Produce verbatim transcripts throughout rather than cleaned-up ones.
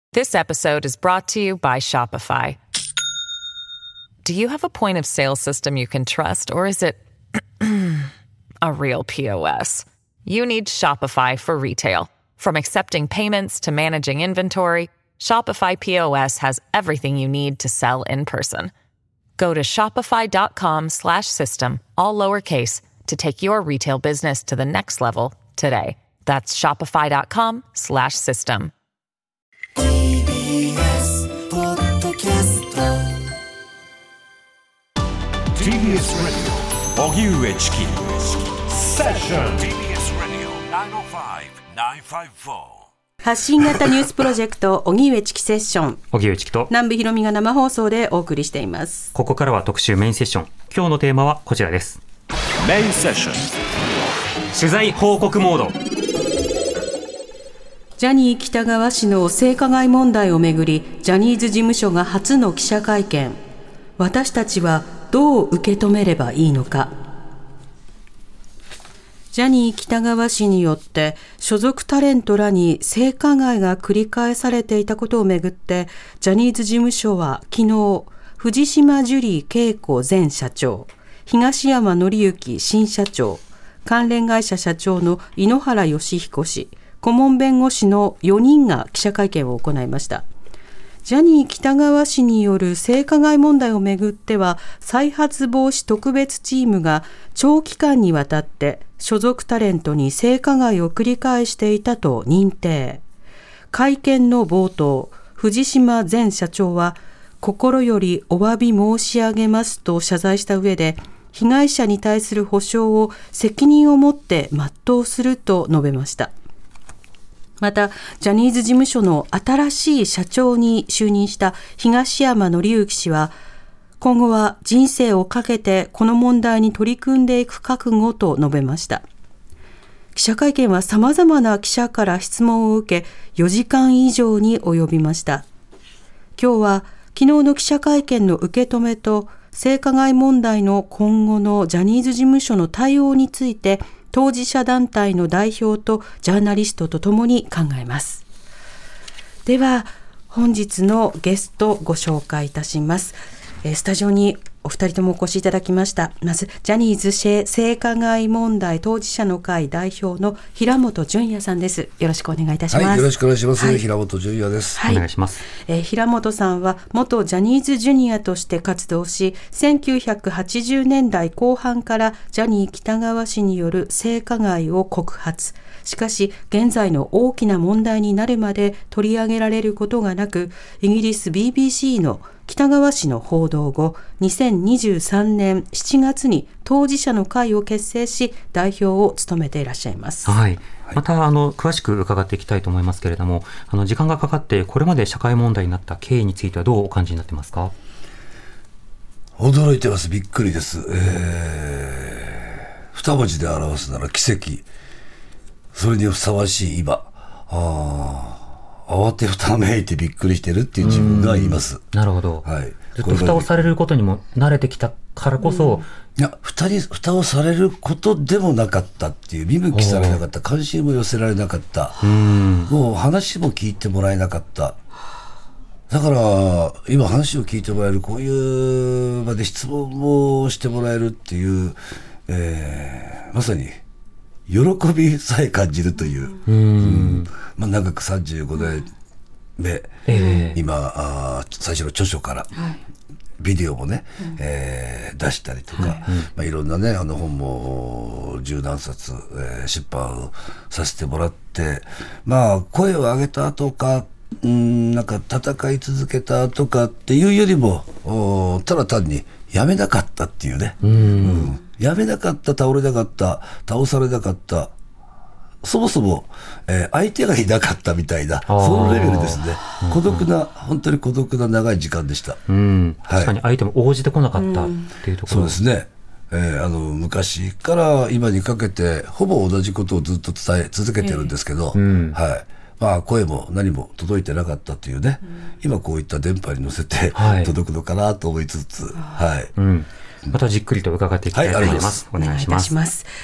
This episode is brought to you by Shopify. Do you have a point of sale system you can trust, or is it a real P O S? You need Shopify for retail. From accepting payments to managing inventory, Shopify P O S has everything you need to sell in person. Go to shopify.com slash system, all lowercase, to take your retail business to the next level today. That's shopify.com slash system. ティービーエス ポッドキャストティービーエス Radio 荻上チキセッション ティービーエス Radio きゅうまるご きゅうごよん発信型ニュースプロジェクト荻上チキセッション、 荻上チキと南部ひろみが生放送でお送りしています。 ここからは特集メインセッション。今日のテーマはこちらです。 メインセッション取材報告モード。 ジャニー喜多川氏の性加害問題をめぐり、ジャニーズ事務所が初の記者会見。私たちはどう受け止めればいいのか。ジャニー喜多川氏によって所属タレントらに性加害が繰り返されていたことをめぐって、ジャニーズ事務所は昨日、藤島ジュリー景子前社長、東山紀之新社長、関連会社社長の井ノ原快彦氏、顧問弁護士のよにんが記者会見を行いました。ジャニー喜多川氏による性加害問題をめぐっては、再発防止特別チームが長期間にわたって所属タレントに性加害を繰り返していたと認定。会見の冒頭、藤島前社長は心よりお詫び申し上げますと謝罪した上で、被害者に対する補償を責任を持って全うすると述べました。また、ジャニーズ事務所の新しい社長に就任した東山紀之氏は、今後は人生をかけてこの問題に取り組んでいく覚悟と述べました。記者会見は様々な記者から質問を受け、よじかん以上に及びました。今日は昨日の記者会見の受け止めと、性加害問題の今後のジャニーズ事務所の対応について、当事者団体の代表とジャーナリストとともに考えます。では本日のゲストをご紹介いたします。スタジオにお二人ともお越しいただきました。まずジャニーズ性加害問題当事者の会代表の平本淳也さんです。よろしくお願いいたします。 はい、よろしくお願いします、はい、平本淳也です、 はい、 お願いします、 えー、平本さんは元ジャニーズジュニアとして活動し、せんきゅうひゃくはちじゅうねんだいこう半からジャニー喜多川氏による性加害を告発。しかし現在の大きな問題になるまで取り上げられることがなく、イギリス ビービーシー の喜多川氏の報道後、にせんにじゅうさんねんしちがつに当事者の会を結成し、代表を務めていらっしゃいます。 はい、またあの詳しく伺っていきたいと思いますけれども、あの時間がかかってこれまで社会問題になった経緯についてはどうお感じになってますか？ 驚いてます。びっくりです、えー、二文字で表すなら奇跡、それにふさわしい今、あ慌てふためいてびっくりしてるっていう自分がいます。 なるほど、 はい、 ずっと蓋をされることにも慣れてきたからこそ、 いや蓋に蓋をされることでもなかったっていう、見向きされなかった、関心も寄せられなかった、もう話も聞いてもらえなかった。だから今話を聞いてもらえる、こういう場で質問もしてもらえるっていう、えー、まさに喜びさえ感じるという、うん、まあ、長くさんじゅうごねんめ、えー、今あ最初の著書から、はい、ビデオもね、うん、えー、出したりとか、はい、まあ、いろんなね、あの本も十何冊、えー、出版させてもらって、まあ声を上げたとか、うん、なんか戦い続けたとかっていうよりも、ただ単にやめなかったっていうね、うん、うん、やめなかった、倒れなかった、倒されなかった、そもそも、えー、相手がいなかったみたいな、そのレベルですね。孤独な、本当に孤独な長い時間でした、 うん、確かに相手も応じてこなかったっていうところ、 うん、そうですね、えー、あの昔から今にかけてほぼ同じことをずっと伝え続けてるんですけど、えーうん、はい、まあ、声も何も届いてなかったというね、うん、今こういった電波に乗せて、はい、届くのかなと思いつつ、はい、 うん、またじっくりと伺っていきたいと思います、はい、 お願いします。お願いいたします。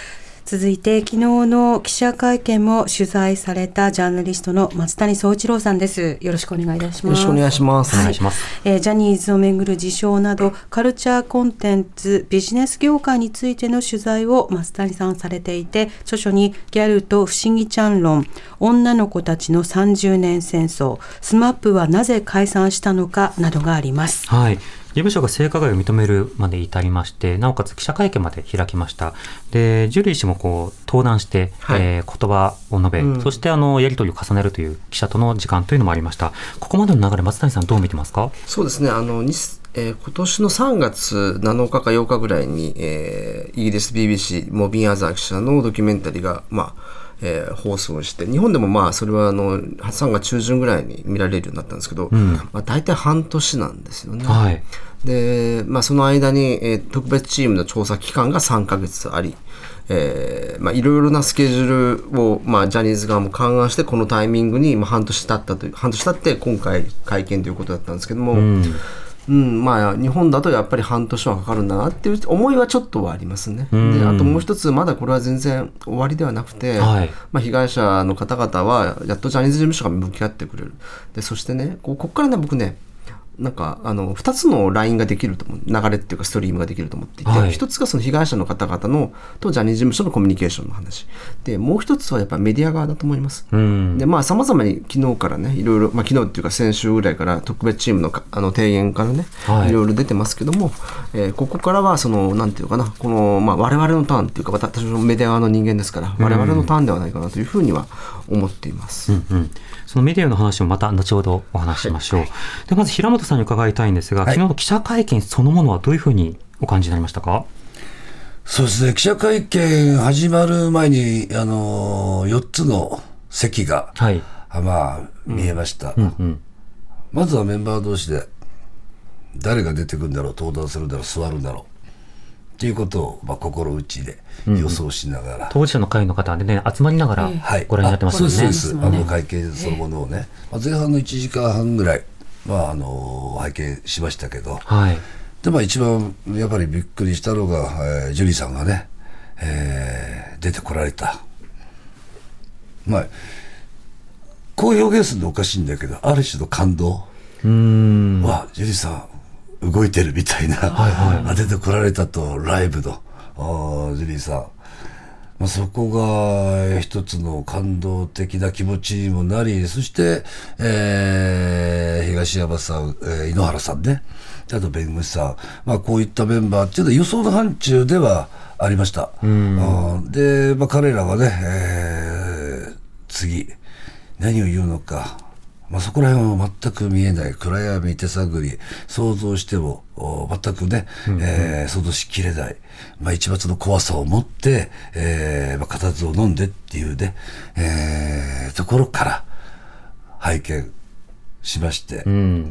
続いて昨日の記者会見も取材されたジャーナリストの松谷総一郎さんです。よろしくお願いいたします。 よろしくお願いします。 お願いします。 えー、ジャニーズをめぐる事象などカルチャーコンテンツビジネス業界についての取材を松谷さんされていて、著書にギャルと不思議ちゃん論、女の子たちのさんじゅうねん戦争、スマップはなぜ解散したのかなどがあります。 はい、事務所が性加害を認めるまで至りまして、なおかつ記者会見まで開きました。でジュリー氏もこう登壇して、はい、えー、言葉を述べ、うん、そしてあのやり取りを重ねるという記者との時間というのもありました。ここまでの流れ、松谷さんどう見てますか？ そうですね、あの、えー、今年のさんがつなのかかようかぐらいに、えー、イギリス ビービーシー モビン・アザー記者のドキュメンタリーが、まあえー、放送して、日本でもまあそれはあのさんがつ中旬ぐらいに見られるようになったんですけど、うん、まあ、大体半年なんですよね。 はい、 で、まあ、その間に、えー、特別チームの調査期間がさんかげつあり、えーまあ、いろいろなスケジュールを、まあ、ジャニーズ側も勘案して、このタイミングに、まあ、半年経ったという半年経って今回会見ということだったんですけども、うんうん、まあ、日本だとやっぱり半年はかかるんだなっていう思いはちょっとはありますね。で、あともう一つ、まだこれは全然終わりではなくて、はい、まあ、被害者の方々はやっとジャニーズ事務所が向き合ってくれる。でそしてね、こうここからね、僕ね、なんかあのふたつのラインができると思う、流れっていうかストリームができると思っていて、はい、ひとつがその被害者の方々のとジャニーズ事務所のコミュニケーションの話で、もう一つはやっぱりメディア側だと思います。で、まあ様々に昨日からね、いろいろ、まあ、昨日っていうか先週ぐらいから特別チームのあの提言からね、はい、いろいろ出てますけども、えー、ここからはそのなんていうかな、この、まあ、我々のターンっていうか、私もメディア側の人間ですから、我々のターンではないかなというふうには思っています。 うんうん、そのメディアの話もまた後ほどお話ししましょう。はい、でまず平本さんに伺いたいんですが、はい、昨日の記者会見そのものはどういうふうにお感じになりましたか？ そうですね、記者会見始まる前にあのよっつの席が、はい、まあ、見えました。うんうんうん、まずはメンバー同士で誰が出てくるんだろう、登壇するんだろう、座るんだろうっていうことを、まあ、心打ちで予想しながら、うんうん、 当事者の会の方でね、集まりながらご覧になってますよね。 そうです、あの会見そのものをね、まあ、前半のいちじかんはんぐらい、まあ、あの拝見しましたけど、はい、でまあ、一番やっぱりびっくりしたのが、えー、ジュリーさんがね、えー、出てこられた。まあこう表現するのおかしいんだけど、ある種の感動、うーん、わジュリーさん動いてるみたいな、はいはい、出てこられたと、ライブのあジュリーさん、まあ、そこが一つの感動的な気持ちにもなり、そして、えー、東山さん、えー、井ノ原さんね、あと弁護士さん、まあ、こういったメンバーっていうのは予想の範疇ではありました。うんで、まあ、彼らがね、えー、次何を言うのか、まあ、そこら辺は全く見えない暗闇手探り、想像しても全くね、うんうん、えー、想像しきれない、まあ、一抹の怖さを持って、えーまあ、固唾を飲んでっていうね、えー、ところから拝見しまして、うん、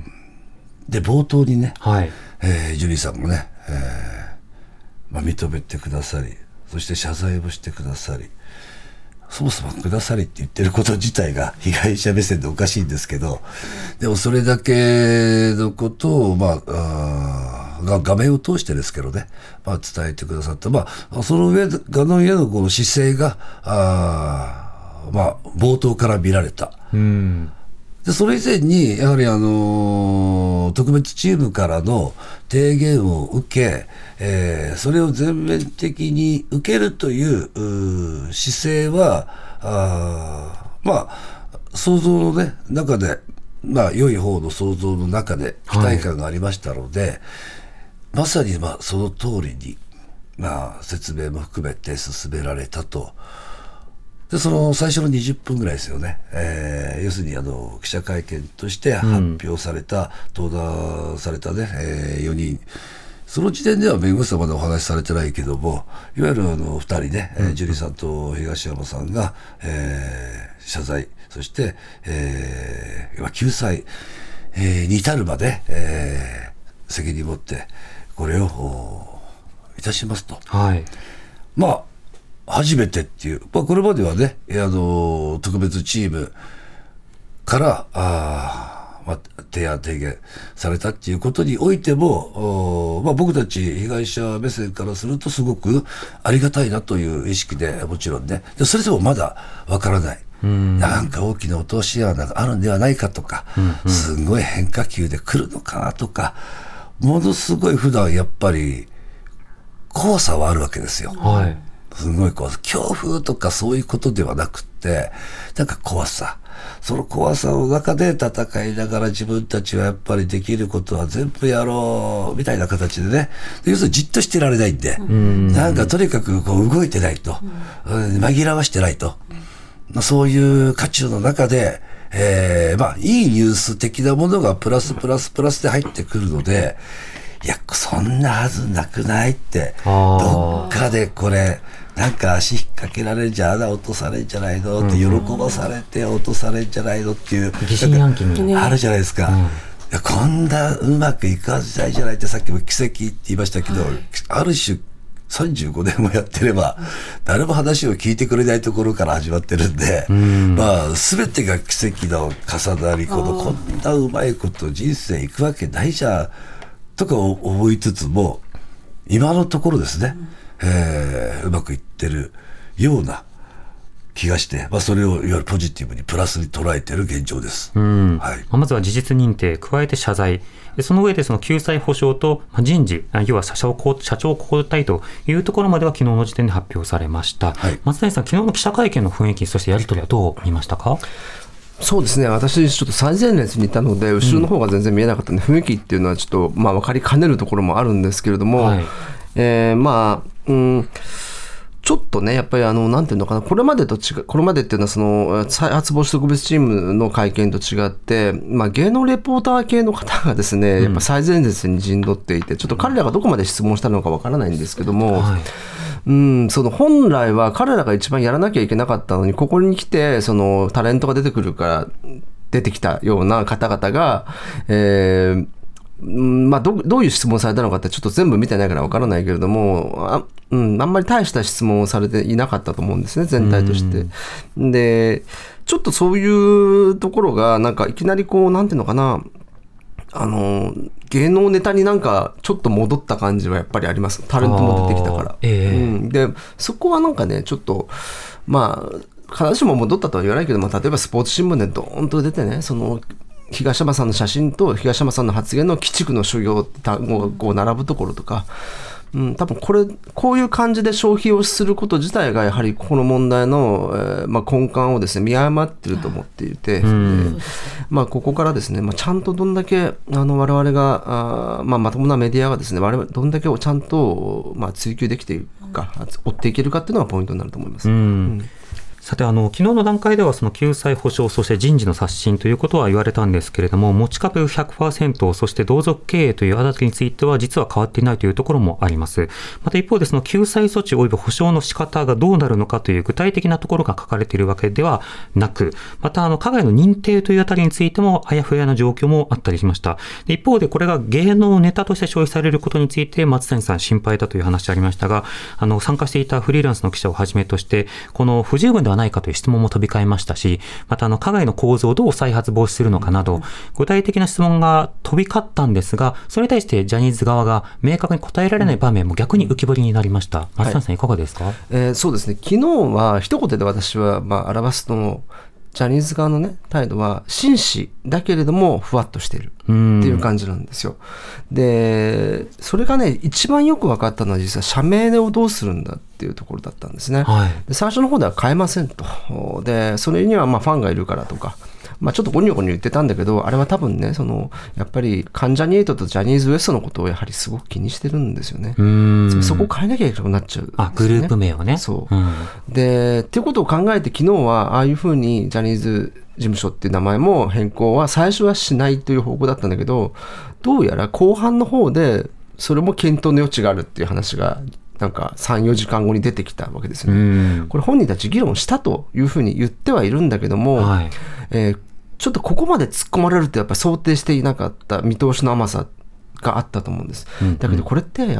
で冒頭にね、はい、えー、ジュリーさんもね、えーまあ、認めてくださり、そして謝罪をしてくださり、そもそもくださりって言ってること自体が被害者目線でおかしいんですけど、でもそれだけのことを、まあ、あ画面を通してですけどね、まあ、伝えてくださった。まあ、その上画の上のこの姿勢が、あまあ、冒頭から見られた。うんでそれ以前にやはりあのー、特別チームからの提言を受け、えー、それを全面的に受けるという、う姿勢はあまあ想像の、ね、中で、まあ、良い方の想像の中で期待感がありましたので、はい、まさに、まあ、その通りに、まあ、説明も含めて進められたと。でその最初のにじゅっぷんぐらいですよね、えー、要するにあの記者会見として発表された、うん、登壇されたね、えー、よにん、その時点では弁護士さんまだお話しされてないけども、いわゆるあのふたりね、うん、ジュリーさんと東山さんが、えー、謝罪、そして、えー、救済、えー、に至るまで、えー、責任を持ってこれをいたしますと、はい、まあ初めてっていう、まあ、これまではね、あの特別チームからあ、まあ、 提案提言されたっていうことにおいても、まあ、僕たち被害者目線からするとすごくありがたいなという意識でもちろんね、でそれでもまだわからない、うん、なんか大きな落とし穴があるんではないかとか、うんうん、すごい変化球で来るのかなとか、ものすごい普段やっぱり怖さはあるわけですよ、はい、すごいこう恐怖とかそういうことではなくって、なんか怖さ、その怖さの中で戦いながら自分たちはやっぱりできることは全部やろうみたいな形でね、で要するにじっとしてられないんで、うん、なんかとにかくこう動いてないと、うん、紛らわしてないと、まあ、そういう渦中の中で、えー、まあいいニュース的なものがプラスプラスプラスで入ってくるので、いやそんなはずなくないって、どっかでこれなんか足引っ掛けられるんじゃ穴落とされるんじゃないのって喜ばされて落とされるんじゃないのっていう疑心暗鬼にあるじゃないですか、うん、いやこんなうまくいくはずないじゃないって、さっきも奇跡って言いましたけど、はい、ある種さんじゅうごねんもやってれば誰も話を聞いてくれないところから始まってるんで、うん、まあ全てが奇跡の重なり、このこんなうまいこと人生いくわけないじゃんとか思いつつも、今のところですね、うんえー、うまくいってるような気がして、まあ、それをいわゆるポジティブにプラスに捉えている現状です、うんはい、まずは事実認定加えて謝罪、その上でその救済保障と人事、要は社長社長交代というところまでは昨日の時点で発表されました、はい、松谷さん、昨日の記者会見の雰囲気、そしてやり取りはどう見ましたか？ そうですね、私ちょっと最前列にいたので後ろの方が全然見えなかったので、うん、雰囲気っていうのはちょっと、まあ、分かりかねるところもあるんですけれども、はいえー、まあ、うん、ちょっとねやっぱりあのなんていうのかな、これまでと違う、これまでっていうのはその再発防止特別チームの会見と違って、まあ、芸能レポーター系の方がですね、やっぱ最前列に陣取っていて、ちょっと彼らがどこまで質問したのかわからないんですけども、はいうん、その本来は彼らが一番やらなきゃいけなかったのに、ここに来てそのタレントが出てくるから出てきたような方々が、えーまあ、ど, どういう質問されたのかってちょっと全部見てないからわからないけれども、 あ,、うん、あんまり大した質問をされていなかったと思うんですね、全体として。でちょっとそういうところがなんかいきなりこうなんていうのかな、あの芸能ネタになんかちょっと戻った感じはやっぱりあります、タレントも出てきたから、えーうん、でそこはなんかねちょっとまあ必ずしも戻ったとは言わないけど、まあ、例えばスポーツ新聞でドーンと出てね、その東山さんの写真と東山さんの発言の鬼畜の修行って単語がこう並ぶところとか、うん、多分これこういう感じで消費をすること自体がやはりこの問題の、えーまあ、根幹をですね見誤っていると思っていて、うんまあ、ここからですね、まあ、ちゃんとどんだけあの我々があ、まあ、まともなメディアがですね我々どんだけをちゃんと、まあ、追求できているか追っていけるかっていうのがポイントになると思います。うんうんさてあの昨日の段階ではその救済保障そして人事の刷新ということは言われたんですけれども、持ち株 ひゃくパーセント そして同族経営というあだけについては実は変わっていないというところもあります。また一方でその救済措置および保障の仕方がどうなるのかという具体的なところが書かれているわけではなく、またあの加害の認定というあたりについてもあやふやな状況もあったりしました。で一方でこれが芸能ネタとして消費されることについて松谷さん心配だという話ありましたが、あの参加していたフリーランスの記者をはじめとしてこの不十分ではないかという質問も飛び交いましたし、またあの加害の構造をどう再発防止するのかなど具体的な質問が飛び交ったんですが、それに対してジャニーズ側が明確に答えられない場面も逆に浮き彫りになりました。松谷さんいかがですか？はいえー、そうですね、昨日は一言で私はまあ表すとジャニーズ側のね態度は紳士だけれどもふわっとしているっていう感じなんですよ。でそれがね一番よく分かったのは実は社名をどうするんだっていうところだったんですね、はい、で最初の方では変えませんと。でそれにはまあファンがいるからとか、まあ、ちょっとゴニョゴニョ言ってたんだけど、あれは多分ねそのやっぱり関ジャニエイトとジャニーズ ウエストのことをやはりすごく気にしてるんですよね。うーんそこを変えなきゃいけなくなっちゃう、ね、 あグループ名をね。 そう、うん、でっていうことを考えて昨日はああいうふうにジャニーズ事務所っていう名前も変更は最初はしないという方向だったんだけど、どうやら後半の方でそれも検討の余地があるっていう話がなんか さん,よ 時間後に出てきたわけですよね。これ本人たち議論したというふうに言ってはいるんだけども、はいえー、ちょっとここまで突っ込まれるとやっぱり想定していなかった見通しの甘さがあったと思うんです、うんうん、だけどこれってやっぱ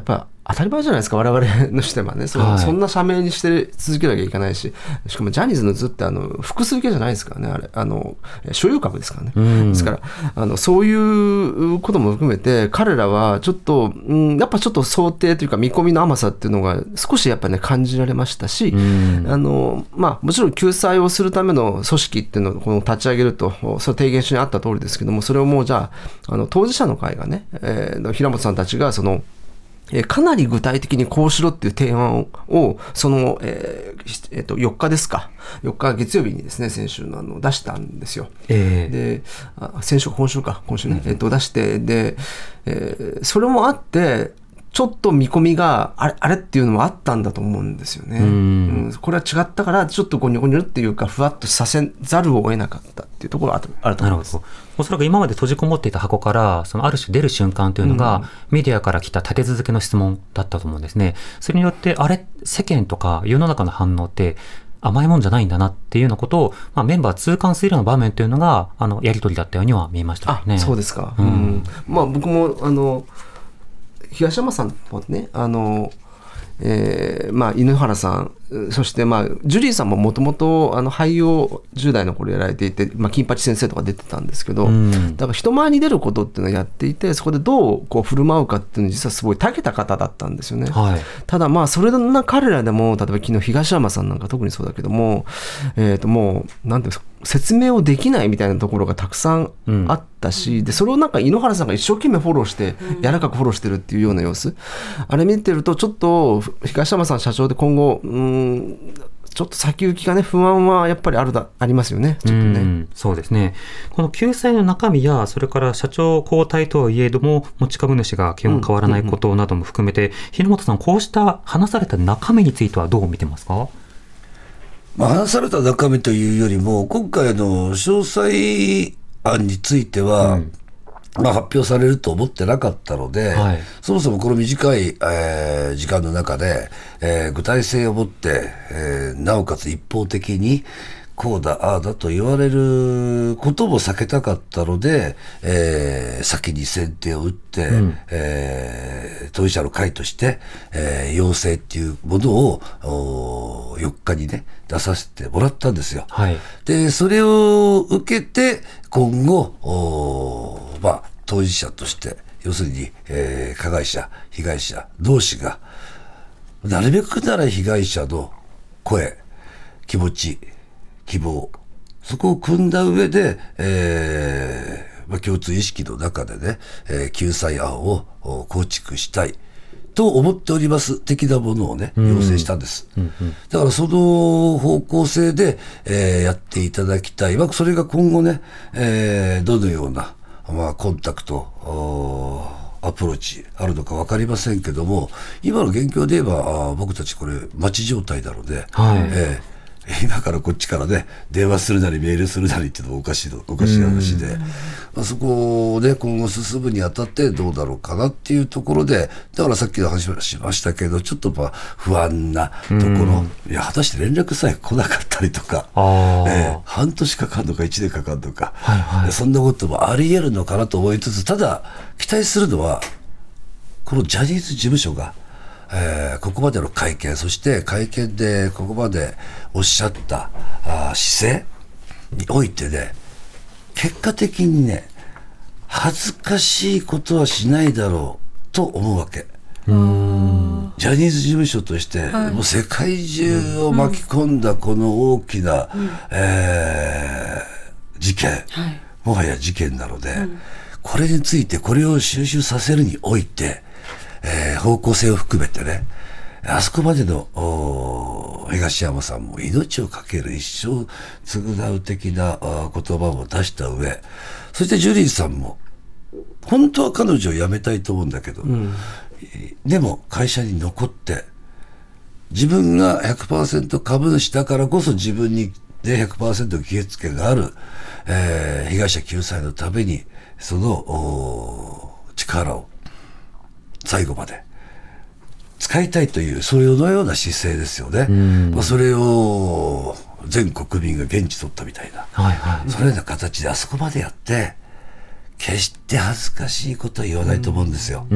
当たり前じゃないですか、我々のしてはね。そ, はい、そんな社名にして続けなきゃいけないし、しかもジャニーズの図ってあの複数形じゃないですからね、あれあの所有株ですからね。ですからあのそういうことも含めて彼らはちょっと、うん、やっぱちょっと想定というか見込みの甘さっていうのが少しやっぱね感じられましたし、あの、まあ、もちろん救済をするための組織っていうのをこの立ち上げると、その提言書にあった通りですけども、それをもうじゃあ、あの当事者の会がね、えー、平本さんたちがそのかなり具体的にこうしろっていう提案をその、えーえー、とよっかですか、よっか月曜日にですね、先週のあの出したんですよ。えー、であ先週今週か今週ね、うん、えー、と出してで、えー、それもあってちょっと見込みがあれあれっていうのもあったんだと思うんですよね。うん、うん、これは違ったからちょっとゴニョゴニョっていうかふわっとさせざるを得なかったっていうところがあると思います。 おそらく今まで閉じこもっていた箱からそのある種出る瞬間というのが、うん、メディアから来た立て続けの質問だったと思うんですね。それによってあれ世間とか世の中の反応って甘いもんじゃないんだなっていうようなことを、まあ、メンバー痛感するような場面というのがあのやり取りだったようには見えましたね。 あ、そうですか。うんうん、まあ、僕もあの東山さんもね、あの、えーまあ、井ノ原さん、そして、まあ、ジュリーさんももともと俳優をじゅう代の頃やられていて、まあ、金八先生とか出てたんですけど、うん、だから人前に出ることっていうのをやっていて、そこでどうこう振る舞うかっていうのに実はすごい長けた方だったんですよね。はい、ただまあそれな彼らでも、例えば昨日東山さんなんか特にそうだけども、えー、ともうなんていうんですか、説明をできないみたいなところがたくさんあったし、うん、でそれをなんか井ノ原さんが一生懸命フォローして柔らかくフォローしてるっていうような様子、うん、あれ見てるとちょっと東山さん社長で今後うーんちょっと先行きがね不安はやっぱりあるだありますよね。ちょっとね、うん、 そうですね。この救済の中身やそれから社長交代とはいえども持ち株主が基本変わらないことなども含めて、平本さんこうした話された中身についてはどう見てますか？ まあ、話された中身というよりも今回の詳細案については、うんまあ、発表されると思ってなかったので、はい、そもそもこの短い、えー、時間の中で、えー、具体性を持って、えー、なおかつ一方的にこうだああだと言われることも避けたかったので、えー、先に先手を打って、うんえー、当事者の会として、えー、要請っていうものをよっかにね出させてもらったんですよ。はい、でそれを受けて今後まあ、当事者として要するに、えー、加害者被害者同士がなるべくなら被害者の声気持ち希望そこを組んだ上で、えーまあ、共通意識の中でね、えー、救済案を構築したいと思っております的なものをね要請したんです、うんうんうん、だからその方向性で、えー、やっていただきたい、まあ、それが今後ね、えー、どのようなまあ、コンタクトアプローチあるのか分かりませんけども今の現況で言えば僕たちこれ待ち状態なので、はいえー今からこっちからね電話するなりメールするなりっていうのもおかしいのおかしい話で、まあ、そこをね今後進むにあたってどうだろうかなっていうところでだからさっきの話もしましたけどちょっとまあ不安なところいや果たして連絡さえ来なかったりとか、えー、半年かかるのかいちねんかかるのか、はいはい、そんなこともあり得るのかなと思いつつただ期待するのはこのジャニーズ事務所がえー、ここまでの会見そして会見でここまでおっしゃったあ姿勢においてね結果的にね恥ずかしいことはしないだろうと思うわけ。うーんジャニーズ事務所として、はい、もう世界中を巻き込んだこの大きな、うんえー、事件、はい、もはや事件なので、うん、これについてこれを収集させるにおいてえー、方向性を含めてねあそこまでの東山さんも命をかける一生償う的な言葉を出した上そしてジュリーさんも本当は彼女を辞めたいと思うんだけど、うん、でも会社に残って自分が ひゃくパーセント 株主だからこそ自分に ひゃくパーセント 決付けがある、えー、被害者救済のためにその力を最後まで使いたいというそれのような姿勢ですよね、まあ、それを全国民が現地取ったみたいな、はいはい、そのような形であそこまでやって決して恥ずかしいことは言わないと思うんですよ。 うん、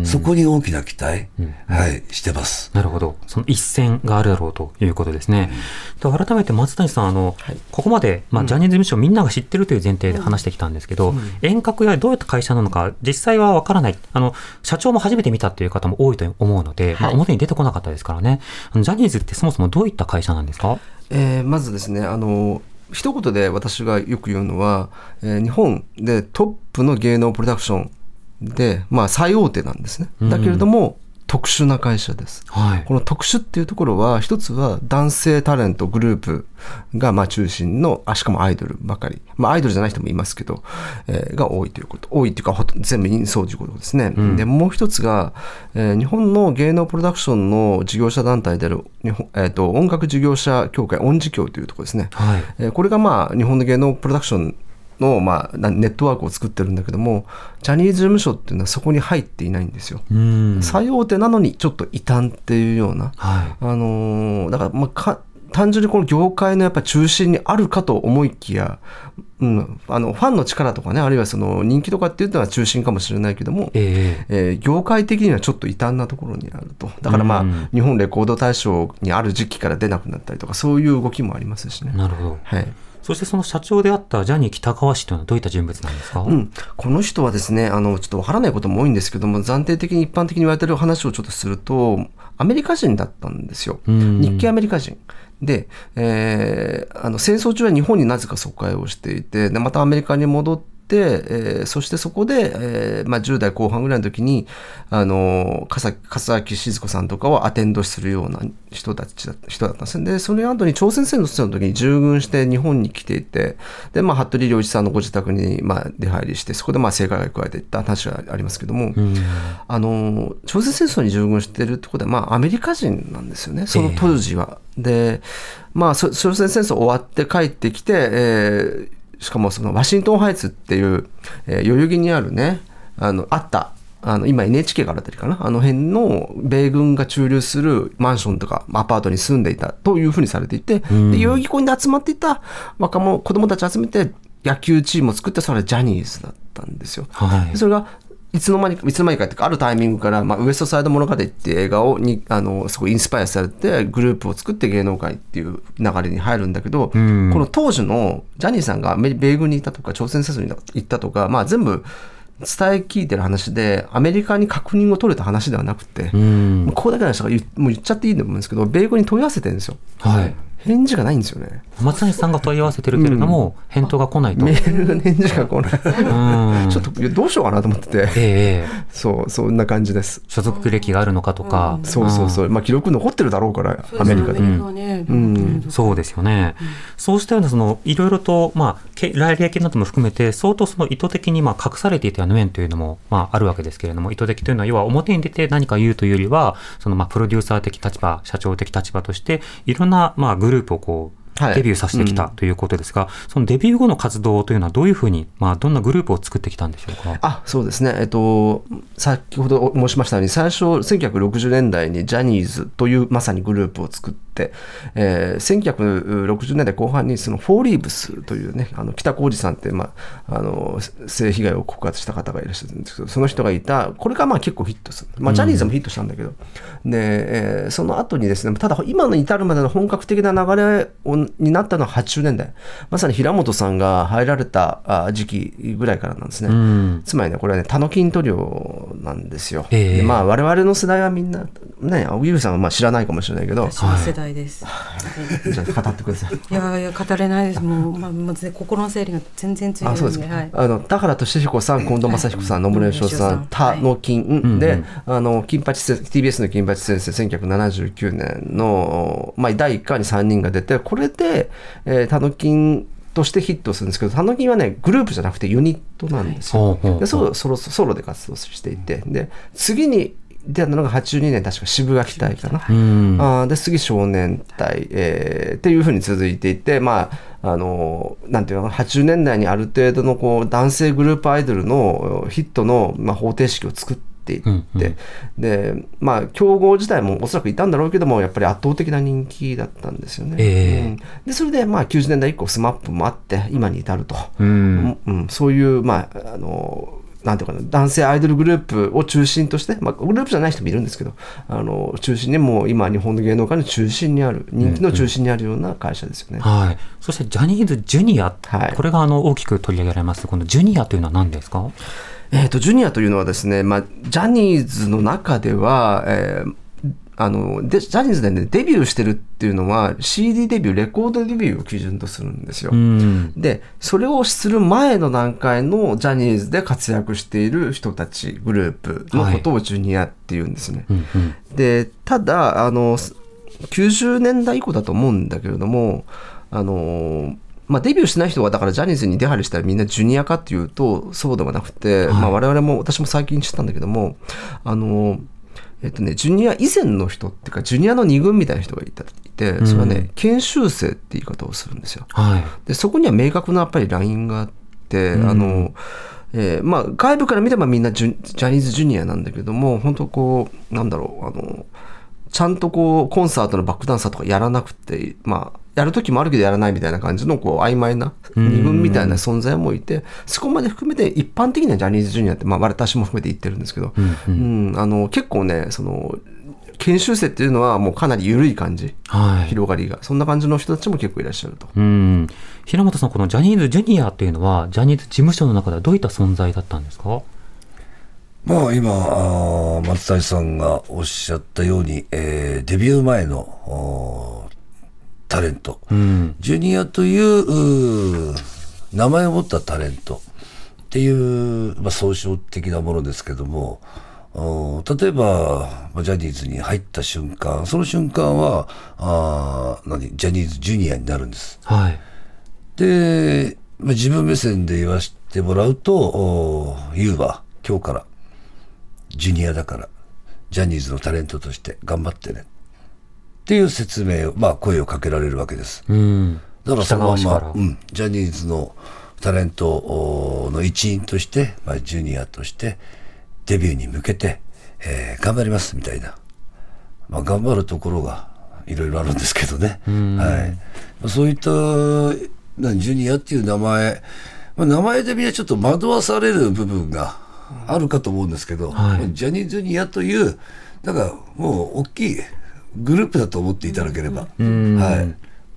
そこに大きな期待、うん、はい、してます。 なるほど。その一線があるだろうということですね。うん、で改めて松谷さん、あの、はい、ここまで、まあ、ジャニーズ事務所みんなが知ってるという前提で話してきたんですけど、うん、遠隔やどういった会社なのか実際は分からない、あの社長も初めて見たという方も多いと思うので、はい、まあ、表に出てこなかったですからね。あのジャニーズってそもそもどういった会社なんですか？ えー、まずですね、あの一言で私がよく言うのは、えー、日本でトップの芸能プロダクションで、まあ、最大手なんですね。だけれども、うん、特殊な会社です、はい、この特殊っていうところは、一つは男性タレントグループがまあ中心の、あしかもアイドルばかり、まあ、アイドルじゃない人もいますけど、えー、が多いということ、多いっていうか全部そうということですね、うん、でもう一つが、えー、日本の芸能プロダクションの事業者団体である日本、えー、と音楽事業者協会音事協というところですね、はい、えー、これがまあ日本の芸能プロダクションのまあネットワークを作ってるんだけども、ジャニーズ事務所っていうのはそこに入っていないんですよ。うん、最大手なのにちょっと異端っていうような、はい、あのー、だからまあか単純にこの業界のやっぱ中心にあるかと思いきや、うん、あのファンの力とかね、あるいはその人気とかっていうのは中心かもしれないけども、えーえー、業界的にはちょっと異端なところにあると。だからまあ、うん、日本レコード大賞にある時期から出なくなったりとか、そういう動きもありますしね。 なるほど、 はい。 そしてその社長であったジャニー喜多川氏というのはどういった人物なんですか？ うん、この人はですね、あのちょっとわからないことも多いんですけども、暫定的に一般的に言われている話をちょっとすると、アメリカ人だったんですよ。日系アメリカ人で、えー、あの戦争中は日本になぜか疎開をしていて、でまたアメリカに戻ってでえー、そしてそこで、えーまあ、じゅう代後半ぐらいの時にあの笠木静子さんとかをアテンドするような人たちだ人だったんですね。でその後に朝鮮戦争の時に従軍して日本に来ていて、で、まあ、服部良一さんのご自宅に、まあ、出入りして、そこでまあ性加害を加えていった話がありますけども、うん、あの朝鮮戦争に従軍しているってことは、まあ、アメリカ人なんですよね、その当時は。えー、で、まあ、朝鮮戦争終わって帰ってきて、えーしかもそのワシントンハイツっていう、えー、代々木にあるね、あのあったあの今 エヌエイチケー があるあたりかな、あの辺の米軍が駐留するマンションとかアパートに住んでいたというふうにされていて、で代々木公園で集まっていた若者子供たち集めて野球チームを作って、それはジャニーズだったんですよ。はい、それがいつの間にか、いつの間にかっていうか、あるタイミングから、まあ、ウエストサイド物語っていう映画をに、あの、すごいインスパイアされて、グループを作って芸能界っていう流れに入るんだけど、うん、この当時のジャニーさんが米軍にいたとか、朝鮮戦争に行ったとか、まあ、全部伝え聞いてる話で、アメリカに確認を取れた話ではなくて、うん、もうここだけの人が言、もう言っちゃっていいと思うんですけど、米軍に問い合わせてるんですよ。はい。返事がないんですよね。 松谷さんが問い合わせてるけれども、うん、返答が来ないと。 メールが返事が来ない。うん、ちょっとどうしようかなと思ってて、えー、そうそんな感じです。 所属歴があるのかとか、 うん、そうそうそう、まあ記録残ってるだろうから、アメリカで、うんうん、そうですよね。うん、そうしたようなそのいろいろとまあ来歴なども含めて相当その意図的にまあ隠されていたような面というのもまああるわけですけれども、意図的というのは要は表に出て何か言うというよりは、そのまあプロデューサー的立場、社長的立場としていろんなまあグループをこうデビューさせてきたということですが、はい、うん、そのデビュー後の活動というのはどういうふうに、まあ、どんなグループを作ってきたんでしょうか。 あ、そうですね、えっと、先ほど申しましたように、最初せんきゅうひゃくろくじゅうねんだいにジャニーズというまさにグループを作って、えー、せんきゅうひゃくろくじゅうねんだいこう半にそのフォーリーブスというね、あの北浩二さんって、まあ、あの性被害を告発した方がいらっしゃるんですけど、その人がいた、これがまあ結構ヒットする、まあ、ジャニーズもヒットしたんだけど、うん、でえー、その後にですね、ただ今の至るまでの本格的な流れをになったのははちじゅうねんだい、まさに平本さんが入られた時期ぐらいからなんですね。うん、つまりね、これはね、タノキン塗料なんですよ。えー、でまあ、我々の世代はみんな、ね、荻上さんはまあ知らないかもしれないけど、 私の世代です。 じゃあ語ってください。 いやいや、語れないです。もう、まあ、まず心の整理が全然ついてないので。あ、そうですか。はい、 あの田原俊彦さん、近藤正彦さん、野村義雄さん、タノキンで、はい、あの金八 ティービーエス の金八先生、せんきゅうひゃくななじゅうきゅうねんの、まあ、だいいっかいにさんにんが出て、これで、えー、タノキンとしてヒットするんですけど、タノキンはね、グループじゃなくてユニットなんですよ。はい、でソロ、ソロ、ソロで活動していて、で次に出たのがはちじゅうにねん、確か渋垣隊かな。あで次少年隊、えー、っていうふうに続いていて、まああのなんていうの、はちじゅうねんだいにある程度のこう男性グループアイドルのヒットの、まあ、方程式を作ってっていって、うんうん、でまあ競合自体もおそらくいたんだろうけどもやっぱり圧倒的な人気だったんですよね、えーうん、でそれでまあきゅうじゅうねんだい以降スマップもあって今に至ると、うんうん、そういうまああのなんていうかな、男性アイドルグループを中心として、まあ、グループじゃない人もいるんですけど、あの中心にもう今日本の芸能界の中心にある、人気の中心にあるような会社ですよね、 うんうんはい、そしてジャニーズジュニア、はい、これがあの大きく取り上げられます。このジュニアというのは何ですか？ えーと、ジュニアというのはですね、まあ、ジャニーズの中では、えーあのでジャニーズで、ね、デビューしてるっていうのは シーディー デビューレコードデビューを基準とするんですよ、うん、でそれをする前の段階のジャニーズで活躍している人たちグループのことをジュニアっていうんですね、はいうんうん、でただあのきゅうじゅうねんだい以降だと思うんだけれどもあのまあ、デビューしてない人がだからジャニーズに出入りしたらみんなジュニアかっていうとそうではなくて、はいまあ、我々も私も最近知ったんだけどもあのえっとね、ジュニア以前の人っていうかジュニアのに軍みたいな人がいてそれはね、うん、研修生って言い方をするんですよ、はい、でそこには明確なやっぱりラインがあって、うんあのえーまあ、外部から見ればみんなジュ、ジャニーズジュニアなんだけども本当こうなんだろうあのちゃんとこうコンサートのバックダンサーとかやらなくてまあやる時もあるけどやらないみたいな感じのこう曖昧な二軍みたいな存在もいてそこまで含めて一般的にはジャニーズジュニアって、まあ、私も含めて言ってるんですけど、うんうんうん、あの結構ねその研修生っていうのはもうかなり緩い感じ、はい、広がりがそんな感じの人たちも結構いらっしゃると。 うん平本さんこのジャニーズジュニアっていうのはジャニーズ事務所の中ではどういった存在だったんですか？ まあ今あ松谷さんがおっしゃったように、えー、デビュー前のタレント、うん、ジュニアという、う名前を持ったタレントっていう、まあ、総称的なものですけども例えばジャニーズに入った瞬間その瞬間はあ何ジャニーズジュニアになるんです、はい、で、まあ、自分目線で言わせてもらうとユーは今日からジュニアだからジャニーズのタレントとして頑張ってねっていう説明を、まあ、声をかけられるわけです。うん、だからそのまま、うん、ジャニーズのタレントの一員として、まあ、ジュニアとしてデビューに向けて、えー、頑張りますみたいな、まあ、頑張るところがいろいろあるんですけどね、はい、そういったジュニアっていう名前、まあ、名前でみんなちょっと惑わされる部分があるかと思うんですけど、はい、ジャニーズジュニアというだからもう大きいグループだと思っていただければ、うんはい、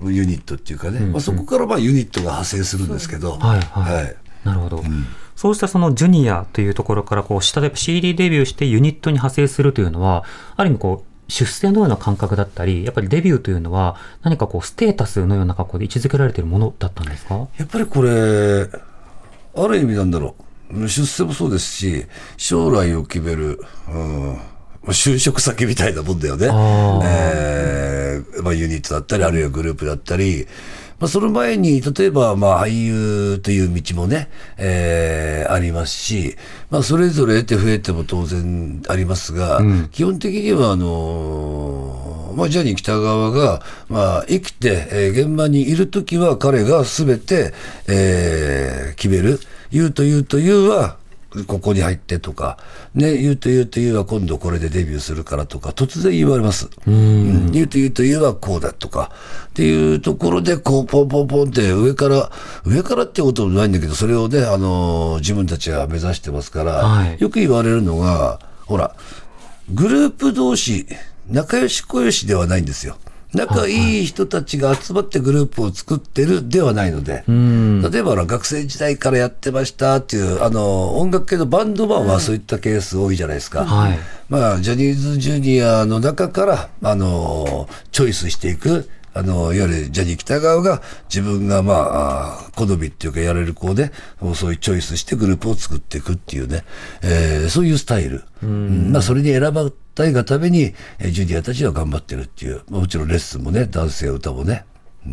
ユニットっていうかね、うんまあ、そこからまあユニットが派生するんですけど、はいはいはい、なるほど、うん、そうしたそのジュニアというところからこう下で シーディー デビューしてユニットに派生するというのはある意味こう出世のような感覚だったりやっぱりデビューというのは何かこうステータスのような格好で位置づけられているものだったんですか？ やっぱりこれある意味なんだろう出世もそうですし将来を決める、うん就職先みたいなもんだよね。えーまあ、ユニットだったりあるいはグループだったり、まあ、その前に例えばまあ俳優という道もね、えー、ありますし、まあ、それぞれ得て増えても当然ありますが、うん、基本的にはあのーまあ、ジャニー喜多川が、まあ、生きて、えー、現場にいるときは彼が全て、えー、決める。言うと言うと言うはここに入ってとか、ね、言うと言うと言うは今度これでデビューするからとか突然言われます。うん、うん、言うと言うと言うはこうだとかっていうところでこうポンポンポンって上から上からってこともないんだけどそれをね、あのー、自分たちが目指してますから、はい、よく言われるのがほらグループ同士仲良し小良しではないんですよ。仲いい人たちが集まってグループを作ってるではないので、うん、例えば学生時代からやってましたっていうあの音楽系のバンドマンはそういったケース多いじゃないですか、うんはいまあ、ジャニーズジュニアの中からあのチョイスしていくあのいわゆるジャニー喜多川が自分がまあ好みっていうかやれる子でそういうチョイスしてグループを作っていくっていうね、えー、そういうスタイル、うんまあ、それに選ばたいがためにジュニアたちは頑張ってるっていうもちろんレッスンもね男性歌もね、 うん、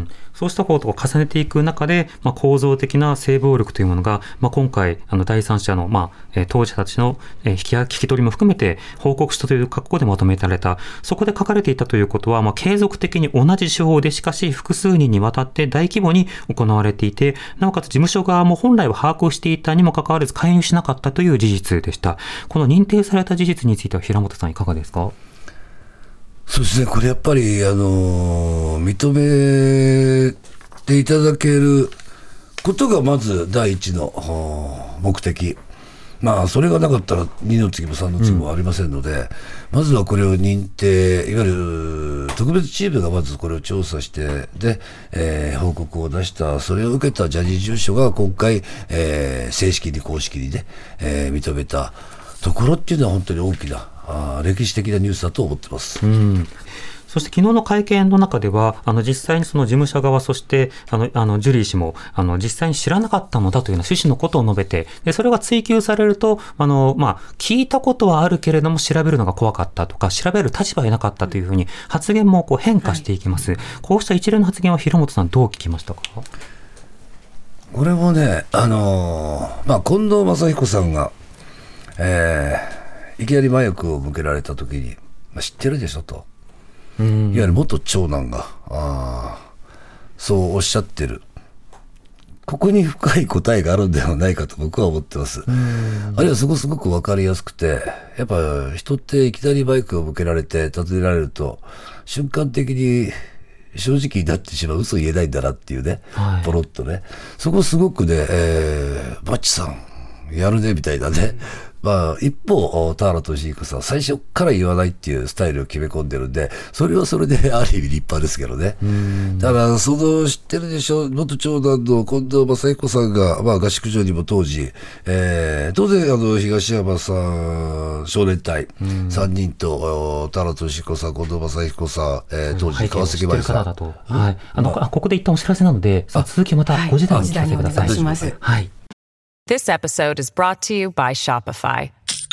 そうしたことを重ねていく中で、まあ、構造的な性暴力というものが、まあ、今回あの第三者の、まあえー、当事者たちの、えー、引き、聞き取りも含めて報告書という格好でまとめられた。そこで書かれていたということは、まあ、継続的に同じ手法でしかし複数人にわたって大規模に行われていて、なおかつ事務所側も本来は把握していたにもかかわらず介入しなかったという事実でした。この認定された事実については平本さんいかがですか？ そうですね、これやっぱり、あのー、認めていただけることがまず第一の目的。まあ、それがなかったらにの次もさんの次もありませんので、うん、まずはこれを認定、いわゆる特別チームがまずこれを調査して、で、えー、報告を出した、それを受けたジャニーズ事務所が今回、えー、正式に公式にね、えー、認めたところっていうのは本当に大きな、あ歴史的なニュースだと思ってます。うん、 そして昨日の会見の中ではあの実際にその事務所側、そしてあのあのジュリー氏もあの実際に知らなかったのだというような趣旨のことを述べて、でそれが追及されるとあの、まあ、聞いたことはあるけれども調べるのが怖かったとか、調べる立場になかったというふうに発言もこう変化していきます、はい、こうした一連の発言は平本さんどう聞きましたか？ これもね、あのーまあ、近藤正彦さんが、えーいきなりマイクを向けられたときに、まあ、知ってるでしょと、いわゆる元長男があそうおっしゃってる。ここに深い答えがあるんではないかと僕は思ってます。あるいはそこすごく分かりやすくて、やっぱ人っていきなりマイクを向けられて尋ねられると瞬間的に正直になってしまう、嘘言えないんだなっていうね、はい、ポロッとね、そこすごくね、えー、バッチさんやるねみたいなね。まあ、一方、田原俊彦さん、最初から言わないっていうスタイルを決め込んでるんで、それはそれである意味立派ですけどね。だから、その知ってるでしょ、元長男の近藤正彦さんが、まあ、合宿所にも当時、えー、当然、あの、東山さん、少年隊、さんにんと、田原俊彦さん、近藤正彦さん、えー、当時、川崎麻衣さん。 はい。あの、まあ、ここで一旦お知らせなので、続きまたごじ台に聞かせてください。 はい、お願いします。 はい。 This episode is brought to you by Shopify.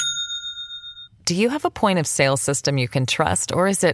Do you have a point of sale system you can trust, or is it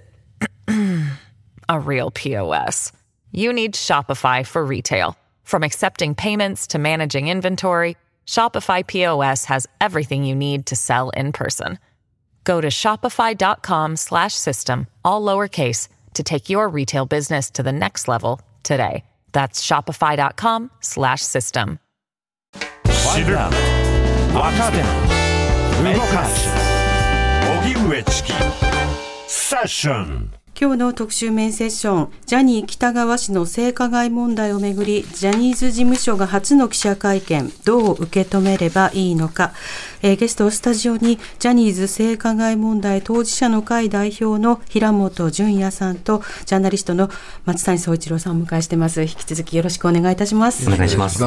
a real P O S? You need Shopify for retail. From accepting payments to managing inventory, Shopify P O S has everything you need to sell in person. Go to shopify.com slash system, all lowercase, to take your retail business to the next level today. That's shopify.com slash system. 知る、若手、動かす、荻上チキセッション。 今日の特集メインセッション、ジャニー喜多川氏の性加害問題をめぐり、ジャニーズ事務所が初の記者会見、どう受け止めればいいのか、えー、ゲストスタジオにジャニーズ性加害問題当事者の会代表の平本淳也さんとジャーナリストの松谷総一郎さんをお迎えしています。引き続きよろしくお願いいたします。 お願いします。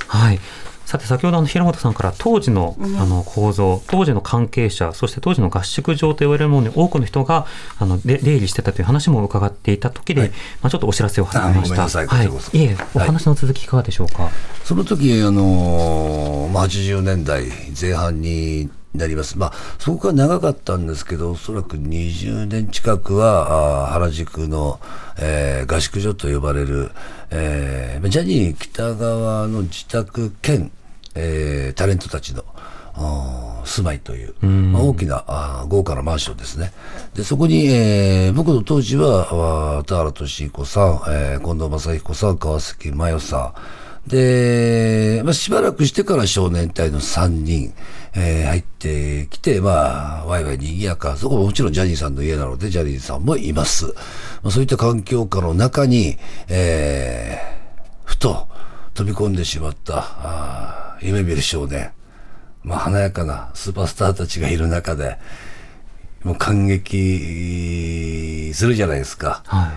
はい。さて先ほどあの平本さんから当時のあの構造、当時の関係者、そして当時の合宿場と言われるものに多くの人があの出入りしてたという話も伺っていた時で、はい、まあ、ちょっとお知らせを挟みました。はい、いえ、お話の続きいかがでしょうか。はい、 その時あの、まあ、はちじゅうねんだいぜん半になります。まあ、そこが長かったんですけど、おそらくにじゅうねん近くはあ原宿の、えー、合宿所と呼ばれる、えー、ジャニー喜多川の自宅兼えー、タレントたちの住まいという、まあ、大きなあ豪華なマンションですね。でそこに、えー、僕の当時は田原俊彦さん、えー、近藤正彦さん、川崎麻世さんで、まあ、しばらくしてから少年隊のさんにん、えー、入ってきて、まあ、ワイワイにぎやか、そこももちろんジャニーさんの家なのでジャニーさんもいます。まあ、そういった環境下の中に、えー、ふと飛び込んでしまったあ夢見る少年、まあ、華やかなスーパースターたちがいる中でもう感激するじゃないですか。はい、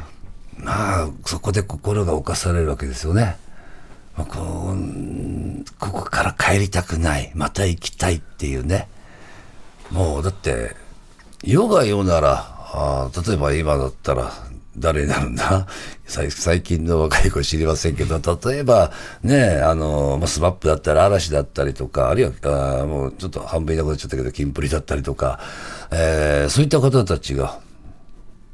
まあそこで心が侵されるわけですよね。まあ、こうここから帰りたくない、また行きたいっていうね。もうだって世が世ならあ例えば今だったら誰になるんだ最近の若い子知りませんけど、例えばね、あの、まあ、スマップだったり嵐だったりとか、あるいはあもうちょっと半分いなくなっちゃったけどキンプリだったりとか、えー、そういった方たちが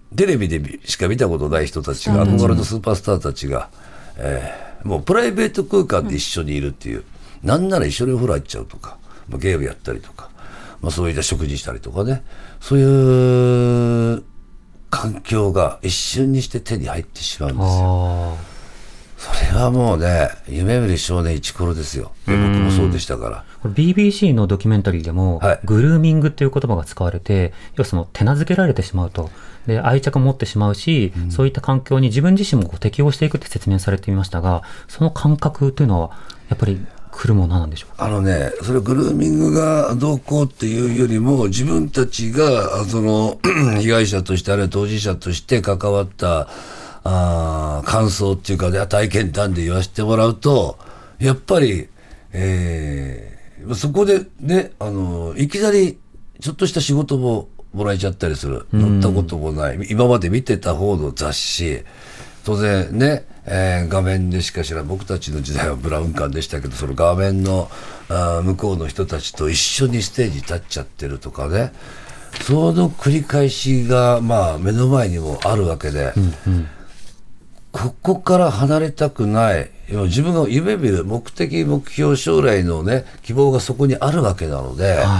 テレビでしか見たことない人たちが、憧れのスーパースターたちが、えー、もうプライベート空間で一緒にいるっていう、うん、なんなら一緒にお風呂入っちゃうとか、まあ、ゲームやったりとか、まあ、そういった食事したりとかね、そういう環境が一瞬にして手に入ってしまうんですよ。それはもうね、夢見る少年一頃ですよ。僕もそうでしたから。 ビービーシー のドキュメンタリーでも、はい、グルーミングっていう言葉が使われて、要はその手なずけられてしまうと。で、愛着を持ってしまうし、うん、そういった環境に自分自身もこう適応していくって説明されていましたが、その感覚というのは、やっぱり来るものなんでしょうか。 あのね、それグルーミングがどうこうっていうよりも、自分たちが、その、被害者として、あるいは当事者として関わった、あ感想っていうか、ね、体験談で言わせてもらうと、やっぱり、えー、そこでね、あのいきなりちょっとした仕事ももらえちゃったりする。乗ったこともない、今まで見てた方の雑誌、当然ね、えー、画面でしかしら、僕たちの時代はブラウン管でしたけど、その画面のあ向こうの人たちと一緒にステージ立っちゃってるとかね、その繰り返しが、まあ、目の前にもあるわけで、うんうん、ここから離れたくない、自分が夢見る目的、目標、将来のね、希望がそこにあるわけなので、はい、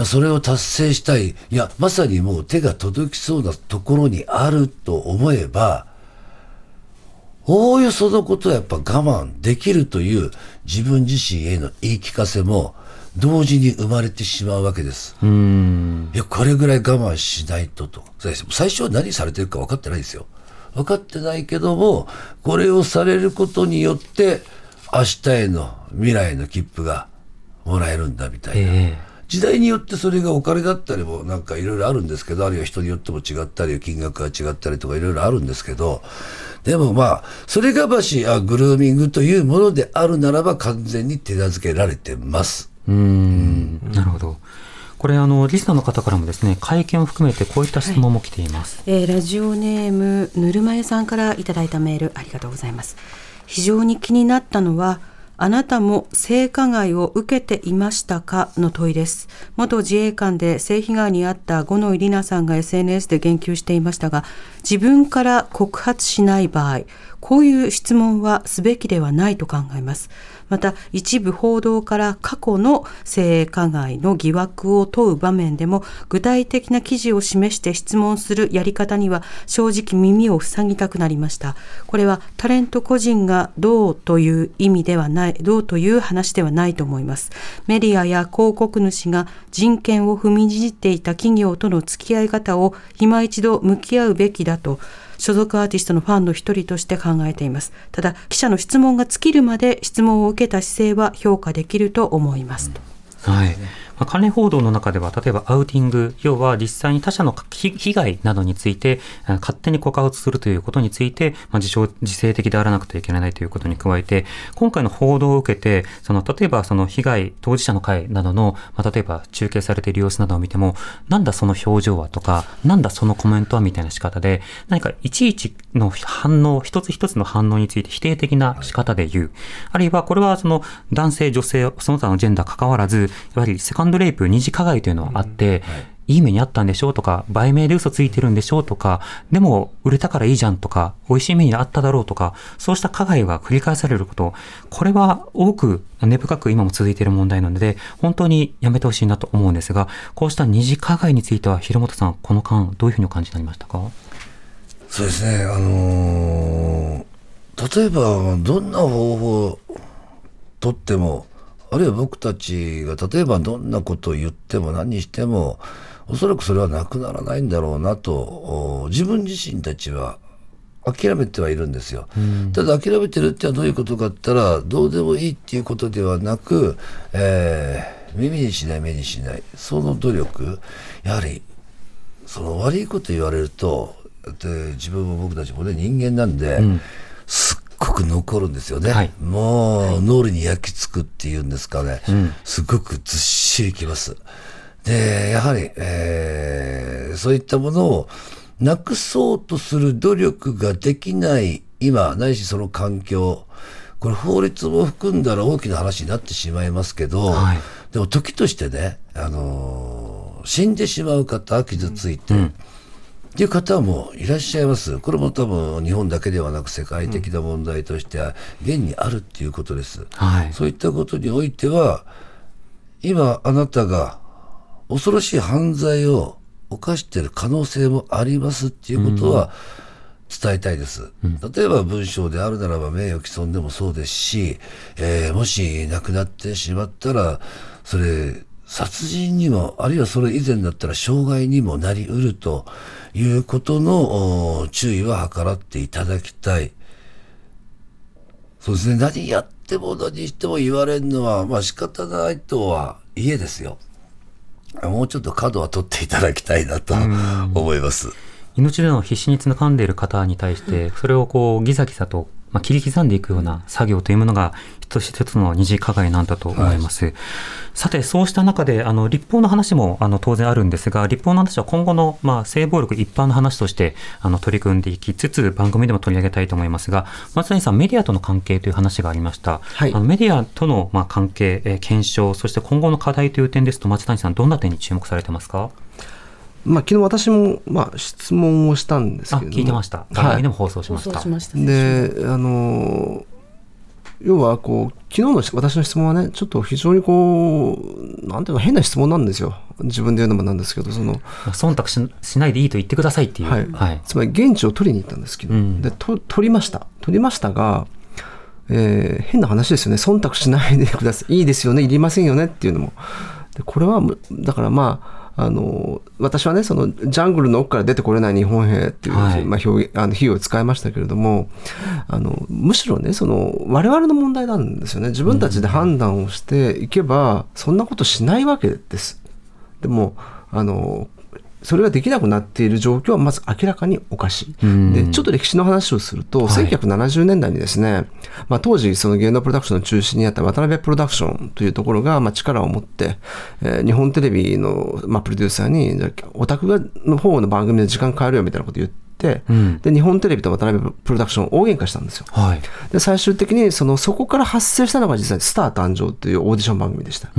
それを達成したい、いや、まさにもう手が届きそうなところにあると思えば、おおよそのことはやっぱ我慢できるという自分自身への言い聞かせも同時に生まれてしまうわけです。うーん、いや、これぐらい我慢しないとと。最初は何されてるか分かってないですよ。分かってないけども、これをされることによって明日への未来の切符がもらえるんだみたいな、えー、時代によってそれがお金だったりもなんかいろいろあるんですけど、あるいは人によっても違ったり金額が違ったりとかいろいろあるんですけど、でもまあそれがましあグルーミングというものであるならば完全に手なずけられてます。 うーん、なるほど。これあのリスナーの方からもですね、会見を含めてこういった質問も来ています、 はい、えー、ラジオネームぬるま湯さんからいただいたメール、ありがとうございます。非常に気になったのは、あなたも性加害を受けていましたかの問いです。元自衛官で性被害に遭った五ノ井里奈さんが エスエヌエス で言及していましたが、自分から告発しない場合、こういう質問はすべきではないと考えます。また一部報道から過去の性加害の疑惑を問う場面でも具体的な記事を示して質問するやり方には正直耳を塞ぎたくなりました。これはタレント個人がどうという意味ではない、どうという話ではないと思います。メディアや広告主が人権を踏みにじっていた企業との付き合い方を今一度向き合うべきだと所属アーティストのファンの一人として考えています。ただ記者の質問が尽きるまで質問を受けた姿勢は評価できると思いますと、 うん、はい。まあ、関連報道の中では例えばアウティング、要は実際に他者の被害などについて勝手に告発するということについて、まあ、自称自制的であらなくてはいけないということに加えて、今回の報道を受けてその例えばその被害当事者の会などの、まあ、例えば中継されている様子などを見ても、なんだその表情はとか、なんだそのコメントはみたいな仕方で、何かいちいちの反応、一つ一つの反応について否定的な仕方で言う、あるいはこれはその男性女性その他のジェンダー関わらず、やはりセカンドレイプ、二次加害というのはあって、うん、はい、いい目にあったんでしょうとか、売名で嘘ついてるんでしょうとか、でも売れたからいいじゃんとか、美味しい目にあっただろうとか、そうした加害が繰り返されること、これは多く根深く今も続いている問題なので、本当にやめてほしいなと思うんですが、こうした二次加害については平本さん、この間どういうふうにお感じになりましたか？ そうですね、あのー、例えばどんな方法をとっても、あるいは僕たちが例えばどんなことを言っても何にしてもおそらくそれはなくならないんだろうなと自分自身たちは諦めてはいるんですよ、うん、ただ諦めてるってのはどういうことかって言ったら、どうでもいいっていうことではなく、えー、耳にしない目にしない、その努力、やはりその悪いこと言われると、で自分も僕たちもね人間なんで、うん、すっごく残るんですよね、はい、もう脳裏に焼き付くっていうんですかね、うん、すごくずっしりきます。でやはり、えー、そういったものをなくそうとする努力ができない今、ないしその環境、これ法律も含んだら大きな話になってしまいますけど、はい、でも時としてね、あのー、死んでしまう方、傷ついて、うん、 っていう方もいらっしゃいます。これも多分日本だけではなく世界的な問題としては現にあるっていうことです、はい、そういったことにおいては今あなたが恐ろしい犯罪を犯している可能性もありますっていうことは伝えたいです、うん、例えば文章であるならば名誉毀損でもそうですし、えー、もし亡くなってしまったらそれ殺人にもあるいはそれ以前だったら傷害にもなりうるということの注意は計らっていただきたい。そうですね、何やっても何しても言われるのはまあ仕方ないとはいえですよ、もうちょっと角は取っていただきたいなと思います。 命での必死につかんでいる方に対してそれをこうギザギザとまあ切り刻んでいくような作業というものが一つ一つの二次加害なんだと思います、はい、さてそうした中であの立法の話もあの当然あるんですが、立法の話は今後のまあ性暴力一般の話としてあの取り組んでいきつつ番組でも取り上げたいと思いますが、松谷さんメディアとの関係という話がありました、はい、あのメディアとのまあ関係、えー、検証そして今後の課題という点ですと松谷さんどんな点に注目されてますか？ まあ、昨日私もまあ質問をしたんですけれども、 聞いてました。番組でも放送しました。はい、 で、あの要はこう昨日の私の質問はね、ちょっと非常にこうなんていうか変な質問なんですよ。自分で言うのもなんですけど、その忖度 し, しないでいいと言ってくださいっていう、 はいはい、つまり現地を取りに行ったんですけど、うん、でと取りました取りましたが、えー、変な話ですよね。忖度しないでください、いいですよね、いりませんよねっていうのも、でこれはだからまああの私はね、そのジャングルの奥から出てこれない日本兵っていう、はい、まあ、表現あの比喩を使いましたけれども、あのむしろね、その我々の問題なんですよね。自分たちで判断をしていけばそんなことしないわけです。でもあのそれができなくなっている状況はまず明らかにおかしい。でちょっと歴史の話をすると、はい、せんきゅうひゃくななじゅうねんだいにですね、まあ、当時その芸能プロダクションの中心にあった渡辺プロダクションというところがまあ力を持って、えー、日本テレビのまあプロデューサーにオタクがの方の番組で時間変えるよみたいなことを言って、うん、で日本テレビと渡辺プロダクション大喧嘩したんですよ、はい、で最終的にそのそこから発生したのが実際スター誕生というオーディション番組でした、うん、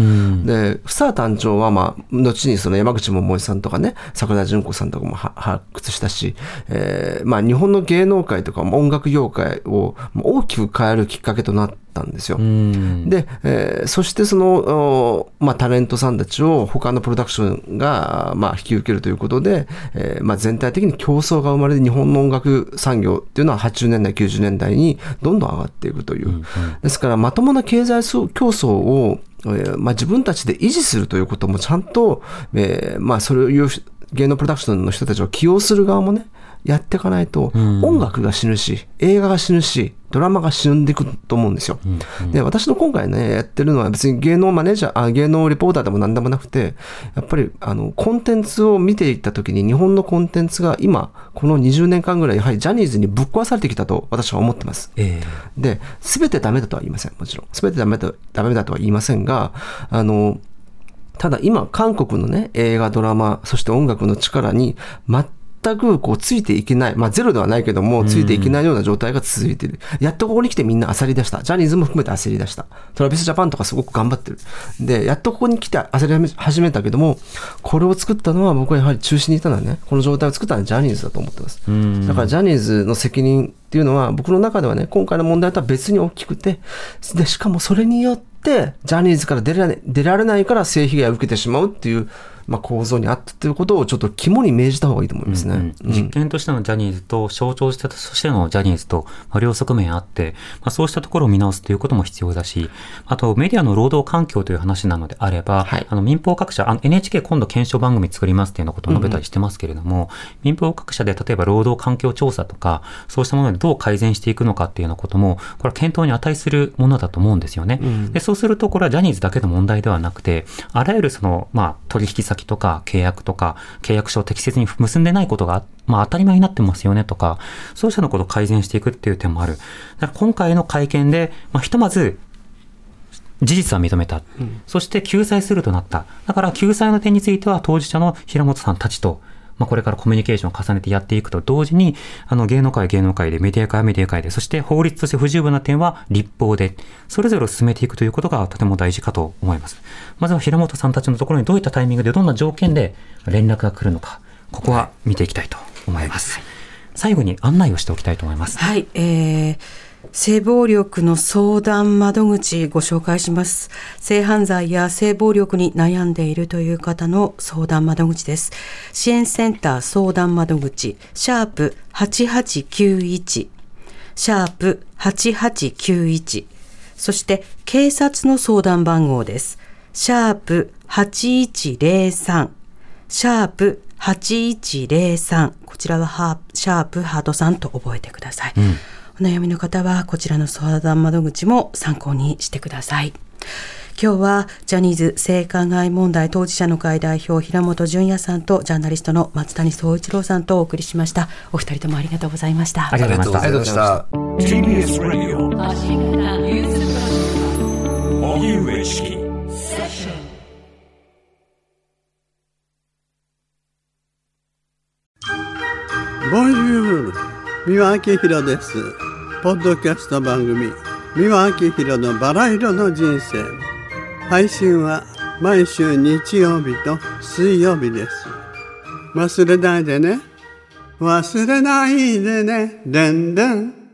でスター誕生はまあ後にその山口百恵さんとかね、桜田淳子さんとかも発掘したし、えーまあ、日本の芸能界とか音楽業界を大きく変えるきっかけとなったんですよ。で、えー、そしてその、まあ、タレントさんたちを他のプロダクションが、まあ、引き受けるということで、えーまあ、全体的に競争が生まれて日本の音楽産業っていうのははちじゅうねんだいきゅうじゅうねんだいにどんどん上がっていくという、うんうん、ですからまともな経済競争を、えーまあ、自分たちで維持するということもちゃんと、えーまあ、それをいう芸能プロダクションの人たちを起用する側もねやっていかないと、音楽が死ぬし映画が死ぬしドラマが死んでいくと思うんですよ、うんうん、で私の今回ねやってるのは別に芸能マネージャーあ芸能リポーターでも何でもなくて、やっぱりあのコンテンツを見ていった時に日本のコンテンツが今このにじゅうねんかんぐらいやはりジャニーズにぶっ壊されてきたと私は思ってます、えー、で全てダメだとは言いません。もちろん全てダメだダメだとは言いませんが、あのただ今韓国のね映画ドラマそして音楽の力に全くこうついていけない、まあゼロではないけどもついていけないような状態が続いている。やっとここに来てみんな焦り出した。ジャニーズも含めて焦り出した。トラビスジャパンとかすごく頑張ってる。でやっとここに来て焦り始めたけども、これを作ったのは僕はやはり中心にいたのはね、この状態を作ったのはジャニーズだと思ってます。だからジャニーズの責任っていうのは僕の中ではね、今回の問題とは別に大きくて、でしかもそれによってジャニーズから出られ、出られないから性被害を受けてしまうっていうまあ、構造にあったということをちょっと肝に銘じた方がいいと思いますね、うんうん、 実験としてのジャニーズと象徴としてのジャニーズと、まあ、両側面あって、まあ、そうしたところを見直すということも必要だし、あとメディアの労働環境という話なのであれば、はい、あの民放各社あの エヌエイチケー 今度検証番組作りますっていうようなことを述べたりしてますけれども、うんうん、民放各社で例えば労働環境調査とかそうしたものでどう改善していくのかっていうようなこともこれは検討に値するものだと思うんですよね、うん、でそうするとこれはジャニーズだけの問題ではなくて、あらゆるその、まあ、取引先とか契約とか契約書を適切に結んでないことが、まあ、当たり前になってますよねとか、そうしたのことを改善していくっていう点もある。だから今回の会見で、まあ、ひとまず事実は認めた、うん、そして救済するとなった。だから救済の点については当事者の平本さんたちと、まあ、これからコミュニケーションを重ねてやっていくと同時に、あの芸能界は芸能界で、メディア界はメディア界で、そして法律として不十分な点は立法で、それぞれを進めていくということがとても大事かと思います。まずは平本さんたちのところにどういったタイミングでどんな条件で連絡が来るのか、ここは見ていきたいと思います。はい、最後に案内をしておきたいと思います。 はい、えー性暴力の相談窓口ご紹介します。性犯罪や性暴力に悩んでいるという方の相談窓口です。支援センター相談窓口シャープはちはちきゅういちシャープはちはちきゅういち、そして警察の相談番号です。シャープはちいちゼロさんシャープはちいちゼロさん、こちらはハーシャープハートさんと覚えてください。うん、お悩みの方はこちらの相談窓口も参考にしてください。今日はジャニーズ性加害問題当事者の会代表平本淳也さんとジャーナリストの松谷総一郎さんとお送りしました。お二人ともありがとうございました。 ありがとうございました。 ティービーエス Radio 荻上チキボンジュール、三輪明宏です。ポッドキャスト番組三輪明宏のバラ色の人生、配信は毎週日曜日と水曜日です。忘れないでね、忘れないでね、でんでん。